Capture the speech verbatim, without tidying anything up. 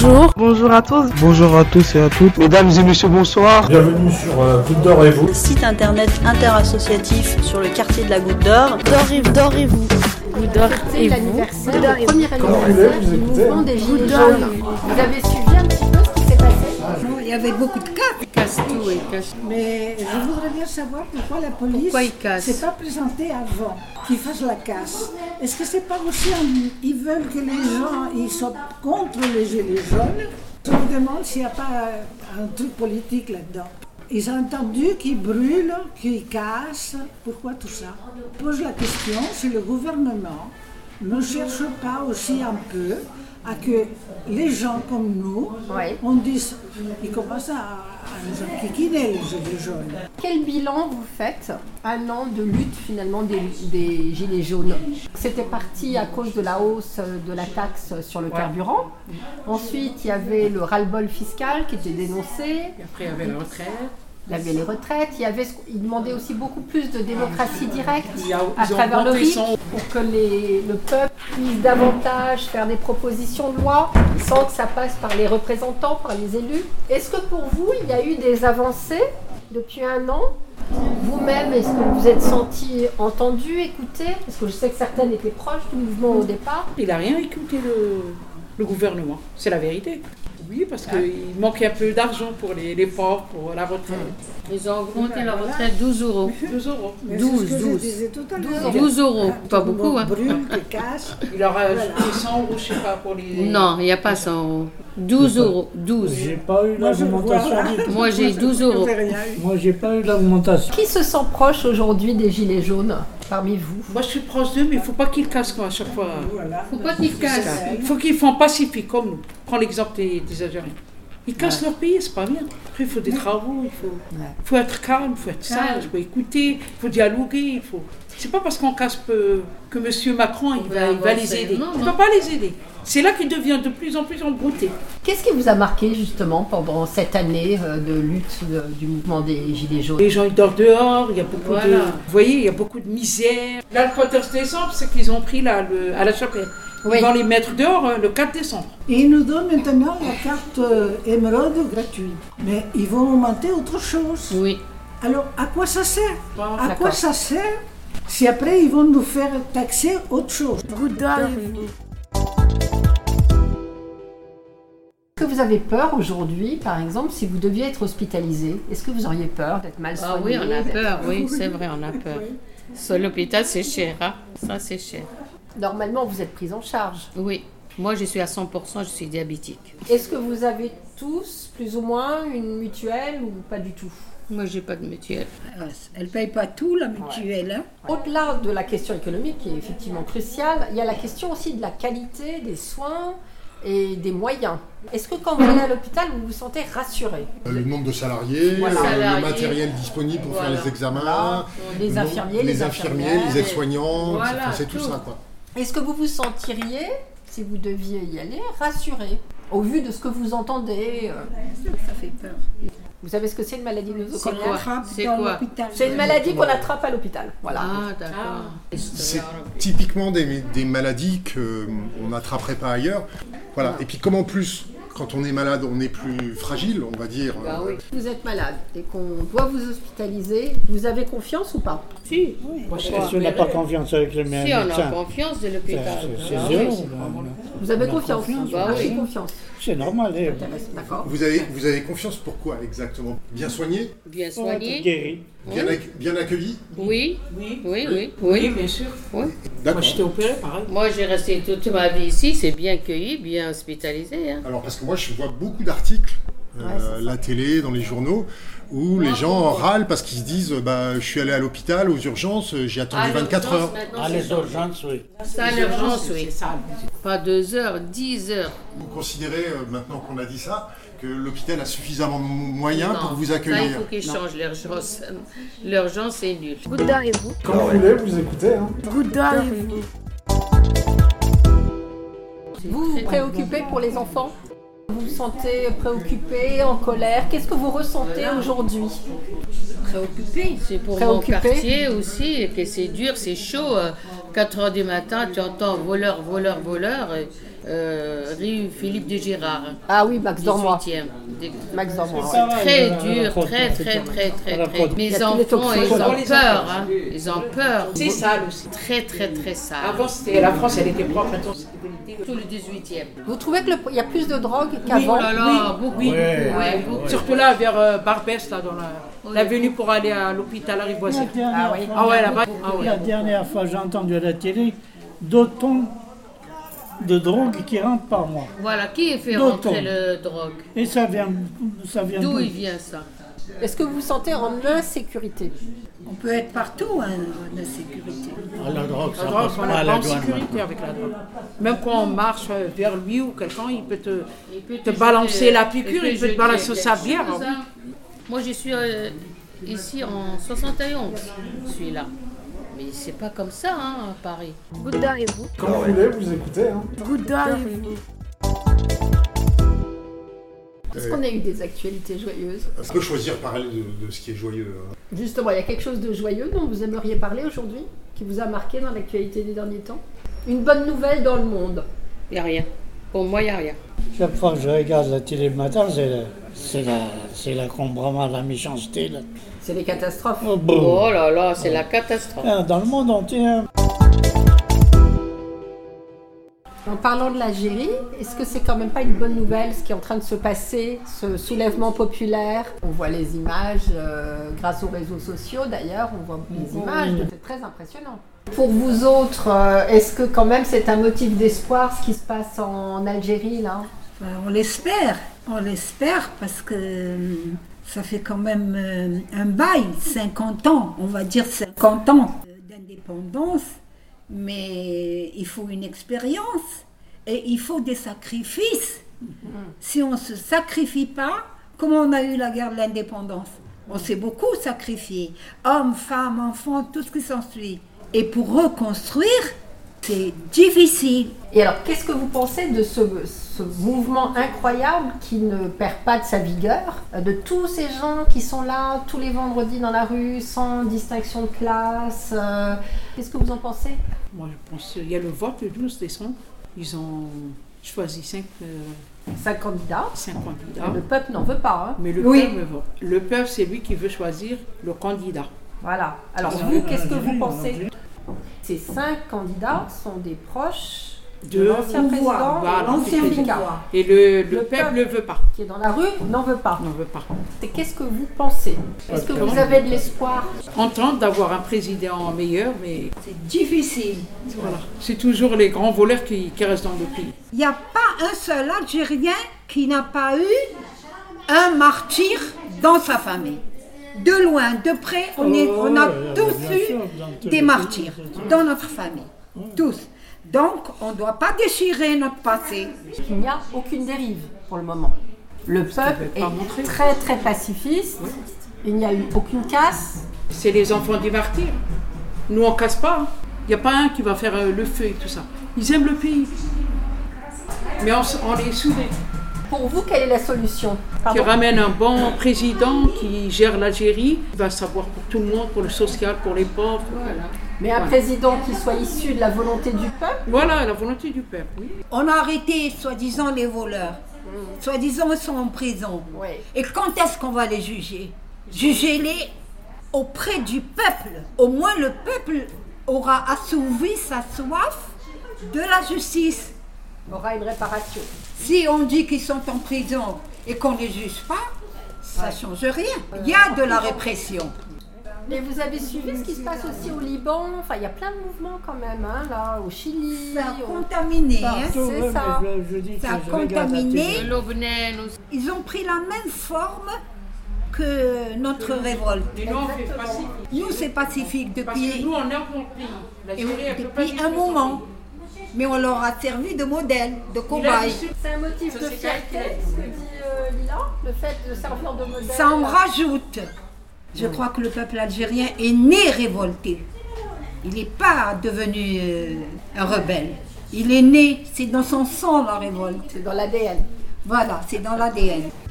Bonjour. Bonjour à tous. Bonjour à tous et à toutes. Mesdames et messieurs, bonsoir. Bienvenue sur euh, Goutte d'Or et vous. Site internet interassociatif sur le quartier de la Goutte d'Or. D'or et, d'or et vous. Goutte d'Or et vous. L'anniversaire, le premier anniversaire du mouvement des Gilets jaunes. Vous avez suivi un petit peu ce qui s'est passé? Il y avait beaucoup de cas. Ils cassent tout, ils cassent. Mais je voudrais bien savoir pourquoi la police ne s'est pas présentée avant qu'ils fassent la casse. Est-ce que c'est pas aussi un... Ils veulent que les gens ils soient contre les gilets jaunes? Je me demande s'il n'y a pas un truc politique là-dedans. Ils ont entendu qu'ils brûlent, qu'ils cassent. Pourquoi tout ça? Je pose la question si le gouvernement ne cherche pas aussi un peu à que les gens comme nous, oui. on dise, ils commencent à, à nous enquiquiner les gilets jaunes. Quel bilan vous faites un an de lutte finalement des, des gilets jaunes? C'était parti à cause de la hausse de la taxe sur le ouais. carburant. Ensuite, il y avait le ras-le-bol fiscal qui était dénoncé. Et après, il y avait la retraite. Il y avait les retraites, il, y avait, il demandait aussi beaucoup plus de démocratie directe a, à travers le R I C son... pour que les, le peuple puisse davantage faire des propositions de loi sans que ça passe par les représentants, par les élus. Est-ce que pour vous, il y a eu des avancées depuis un an? Vous-même, est-ce que vous vous êtes senti entendu, écouté? Parce que je sais que certaines étaient proches du mouvement au départ. Il n'a rien écouté le, le gouvernement, c'est la vérité. Oui, parce qu'il ah. manquait un peu d'argent pour les, les pauvres, pour la retraite. Ils ont augmenté la retraite douze euros. douze euros. douze, douze. douze euros, pas beaucoup. Hein. Il leur a ajouté cent euros, je ne sais pas, pour les... Non, il n'y a pas cent euros. douze euros, douze. J'ai pas eu l'augmentation. Moi, j'ai douze euros. Moi, j'ai pas eu l'augmentation. Qui se sent proche aujourd'hui des Gilets jaunes parmi vous? Moi, je suis proche d'eux, mais il ne faut pas qu'ils cassent quoi, à chaque fois. Il ne faut pas qu'ils cassent. Il faut qu'ils font pacifique, comme nous. Prends l'exemple des, des Algériens. Ils cassent ouais. leur pays, c'est pas bien. Après, il faut des travaux, il faut, ouais. faut être calme, il faut être sage, il faut écouter, il faut dialoguer. Il faut... C'est pas parce qu'on casse peu, que M. Macron il va, il va les aider. Non, il ne peut pas les aider. C'est là qu'il devient de plus en plus embrouté. Qu'est-ce qui vous a marqué justement pendant cette année de lutte de, du mouvement des Gilets jaunes? Les gens ils dorment dehors, il y a beaucoup voilà. de, vous voyez, il y a beaucoup de misère. Là, le quatorze décembre, c'est qu'ils ont pris là, le, à la chapelle. Oui. Ils vont les mettre dehors euh, le quatre décembre. Et ils nous donnent maintenant la carte euh, émeraude gratuite. Mais ils vont augmenter autre chose. Oui. Alors, à quoi ça sert? Bon, À quoi ça sert si après ils vont nous faire taxer autre chose? Goutte d'Or et vous. Est-ce que vous avez peur aujourd'hui, par exemple, si vous deviez être hospitalisé? Est-ce que vous auriez peur d'être mal soigné? Ah oui, on a peur, oui, c'est vrai, on a peur. Sur l'hôpital, c'est cher, hein? Ça, c'est cher. Normalement, vous êtes prise en charge. Oui. Moi, je suis à cent pour cent, je suis diabétique. Est-ce que vous avez tous, plus ou moins, une mutuelle ou pas du tout? Moi, j'ai pas de mutuelle. Elle ne paye pas tout, la mutuelle. Ouais. Au-delà de la question économique, qui est effectivement cruciale, il y a la question aussi de la qualité des soins et des moyens. Est-ce que quand vous allez à l'hôpital, vous vous sentez rassuré? Le nombre de salariés, voilà. euh, salariés. le matériel disponible pour voilà. faire les examens, voilà. les, le infirmiers, les, les infirmiers, infirmières, les aides-soignants, voilà, c'est, c'est tout, tout ça, quoi. Est-ce que vous vous sentiriez, si vous deviez y aller, rassuré au vu de ce que vous entendez? Ça fait peur. Vous savez ce que c'est une maladie nosocomiale? C'est quoi? C'est une maladie qu'on attrape à l'hôpital. Voilà. Ah, d'accord. C'est typiquement des, des maladies qu'on n'attraperait pas ailleurs. Voilà. Et puis comme en plus, quand on est malade, on est plus fragile, on va dire. Bah oui. Vous êtes malade et qu'on doit vous hospitaliser, vous avez confiance ou pas? Si. Oui. Moi, si on n'a pas confiance avec les médecins. Si on a confiance de l'hôpital. C'est, c'est ah, zéro. oui. Vous avez confiance? confiance. Bah oui. confiance. C'est normal. Eh. D'accord. Vous avez, vous avez confiance pourquoi exactement? Bien soigné? Bien soigné. Guéri. Bien, oui. ac- bien accueilli? Oui. Oui. Oui, oui. Oui, oui bien sûr. Oui. D'accord. Moi, j'étais opérée, pareil. Moi, j'ai resté toute ma vie ici, c'est bien accueilli, bien hospitalisé. Hein. Alors, parce que moi, je vois beaucoup d'articles, euh, ouais, la télé, dans les journaux, où les gens râlent parce qu'ils se disent bah, je suis allé à l'hôpital, aux urgences, j'ai attendu Ah, vingt-quatre heures. Ah, les urgences, oui. Ça, l'urgence, oui. C'est ça. Pas deux heures, dix heures. Vous considérez, euh, maintenant qu'on a dit ça, que l'hôpital a suffisamment de moyens non, pour vous ça, accueillir? il faut qu'ils changent l'urgence. L'urgence, c'est nul. Goutte d'Or et vous. Quand vous voulez, vous écoutez. Hein. Goutte d'Or et vous. Vous vous préoccupez pour les enfants? Vous vous sentez préoccupé, en colère? Qu'est-ce que vous ressentez voilà. aujourd'hui? Préoccupé. C'est pour mon quartier aussi, et que c'est dur, c'est chaud. quatre heures du matin, tu entends voleur, voleur, voleur, euh, rue Philippe de Girard. Ah oui, Max Dormois. dix-huitième. Max Dormois. C'est très dur, très, très, très, très, très. Mes enfants, ils ont peur, hein. Ils ont peur. C'est sale aussi. Très, très, très sale. Avant, c'était la France, elle était propre. Maintenant, c'était tout le dix-huitième. Vous trouvez qu'il y a plus de drogue Oui, qu'avant? oh là là, beaucoup. Oui, Ouais. Ouais, beaucoup. surtout là, vers euh, Barbès, là, dans la, Oui. l'avenue pour aller à l'hôpital Rivoisier. Ah oui. Ah ouais, là-bas. Ah ouais. La dernière fois, j'ai entendu à la télé d'autant de drogue qui rentrent par mois. Voilà, qui fait D'autant. rentrer le drogue? Et ça vient, ça vient D'où d'où? il vient ça? Est-ce que vous vous sentez en insécurité? On peut être partout, hein, en insécurité. Ah, la drogue, ça La drogue, passe on pas n'est à pas la en douane. sécurité avec la drogue. Même quand on marche vers lui ou quelqu'un, il peut te, Il peut te te balancer jeter- la piqûre, il peut te jeter balancer quelque sa bière. chose, hein. Moi, je suis euh, ici en soixante et onze, je suis là. Mais c'est pas comme ça, hein, à Paris. Goutte d'or et vous. Comme vous voulez, vous écoutez. Hein. Goutte d'or et vous. Est-ce qu'on a eu des actualités joyeuses? On peut choisir parler de, de ce qui est joyeux. Hein. Justement, il y a quelque chose de joyeux dont vous aimeriez parler aujourd'hui, qui vous a marqué dans l'actualité des derniers temps? Une bonne nouvelle dans le monde? Il n'y a rien. Pour moi, il n'y a rien. Chaque fois que je regarde la télé le matin, c'est la, c'est la, c'est l'accombrement de la méchanceté. Là. C'est les catastrophes. Oh, bon. Oh là là, c'est la catastrophe. Ah, dans le monde entier. Hein. En parlant de l'Algérie, est-ce que c'est quand même pas une bonne nouvelle ce qui est en train de se passer, ce soulèvement populaire? On voit les images, euh, grâce aux réseaux sociaux d'ailleurs, on voit des images, c'est très impressionnant. Pour vous autres, euh, est-ce que quand même c'est un motif d'espoir ce qui se passe en Algérie là? Ben, on l'espère, on l'espère parce que euh, ça fait quand même euh, un bail, cinquante ans, on va dire cinquante ans d'indépendance, mais il faut une expérience et il faut des sacrifices. Si on ne se sacrifie pas, comment on a eu la guerre de l'indépendance? On s'est beaucoup sacrifié, hommes, femmes, enfants, tout ce qui s'ensuit. Et pour reconstruire, c'est difficile. Et alors, qu'est-ce que vous pensez de ce, ce mouvement incroyable qui ne perd pas de sa vigueur, de tous ces gens qui sont là tous les vendredis dans la rue, sans distinction de classe? euh, Qu'est-ce que vous en pensez? Moi, je pense qu'il y a le vote le douze décembre. Ils ont choisi cinq, euh, Cinq candidats. cinq candidats. Le peuple n'en veut pas. Hein. Mais le Oui. peuple vote. Le peuple, c'est lui qui veut choisir le candidat. Voilà. Alors, vous, qu'est-ce que vous pensez? Ces cinq candidats sont des proches de De l'ancien président, Voilà, l'ancien président. Mika, Et le, le, Le peuple peuple. ne veut pas. qui est dans la rue, n'en veut pas. On ne veut pas. Et qu'est-ce que vous pensez? Est-ce que vous avez de l'espoir? On tente d'avoir un président meilleur, mais C'est difficile. voilà. C'est toujours les grands voleurs qui, qui restent dans le pays. Il n'y a pas un seul Algérien qui n'a pas eu un martyr dans sa famille. De loin, de près, on, est, on a Oh, ouais, tous bien eu sûr, dans tous des les martyrs pays. dans notre famille. Tous. Donc, on ne doit pas déchirer notre passé. Il n'y a aucune dérive pour le moment. Le peuple pas montrer. est très très pacifiste. Il n'y a eu aucune casse. C'est les enfants des martyrs. Nous, on ne casse pas. Il n'y a pas un qui va faire euh, le feu et tout ça. Ils aiment le pays. Mais on, s- on est soudés. Pour vous, quelle est la solution? Qui Pardon. ramène un bon président qui gère l'Algérie. Il va savoir pour tout le monde, pour le social, pour les pauvres. Voilà, Mais un président qui soit issu de la volonté du peuple? voilà la volonté du peuple. Oui. On a arrêté, soi-disant, les voleurs. Soi-disant, ils sont en prison. Oui. Et quand est-ce qu'on va les juger? Jugez-les auprès du peuple. Au moins, le peuple aura assouvi sa soif de la justice. Aura une réparation. Si on dit qu'ils sont en prison et qu'on ne les juge pas, ça ne change rien. Il y a de la répression. Mais vous avez suivi ce qui se passe aussi au Liban? Enfin, il y a plein de mouvements quand même, hein, là, au Chili. Ça a au- contaminé. hein. Partout, c'est ouais, ça. mais je, je dis Ça que a je regarde la contaminé. télé. Le Lovenel aussi. Ils ont pris la même forme que notre révolte. Et nous, on fait pacifique. Nous, c'est pacifique Parce que depuis, nous, on est dans le pays. et L'Algérie, elle peut pas depuis vivre un sans moment. pays. Mais on leur a servi de modèle, de Il a cobaye. dit- C'est un motif Ça, de c'est fierté, caractère. ce que dit euh, Lila, le fait de servir de modèle. Ça en rajoute. Je crois que le peuple algérien est né révolté. Il n'est pas devenu euh, un rebelle. Il est né, c'est dans son sang la révolte. C'est dans l'A D N. Voilà, c'est dans l'A D N.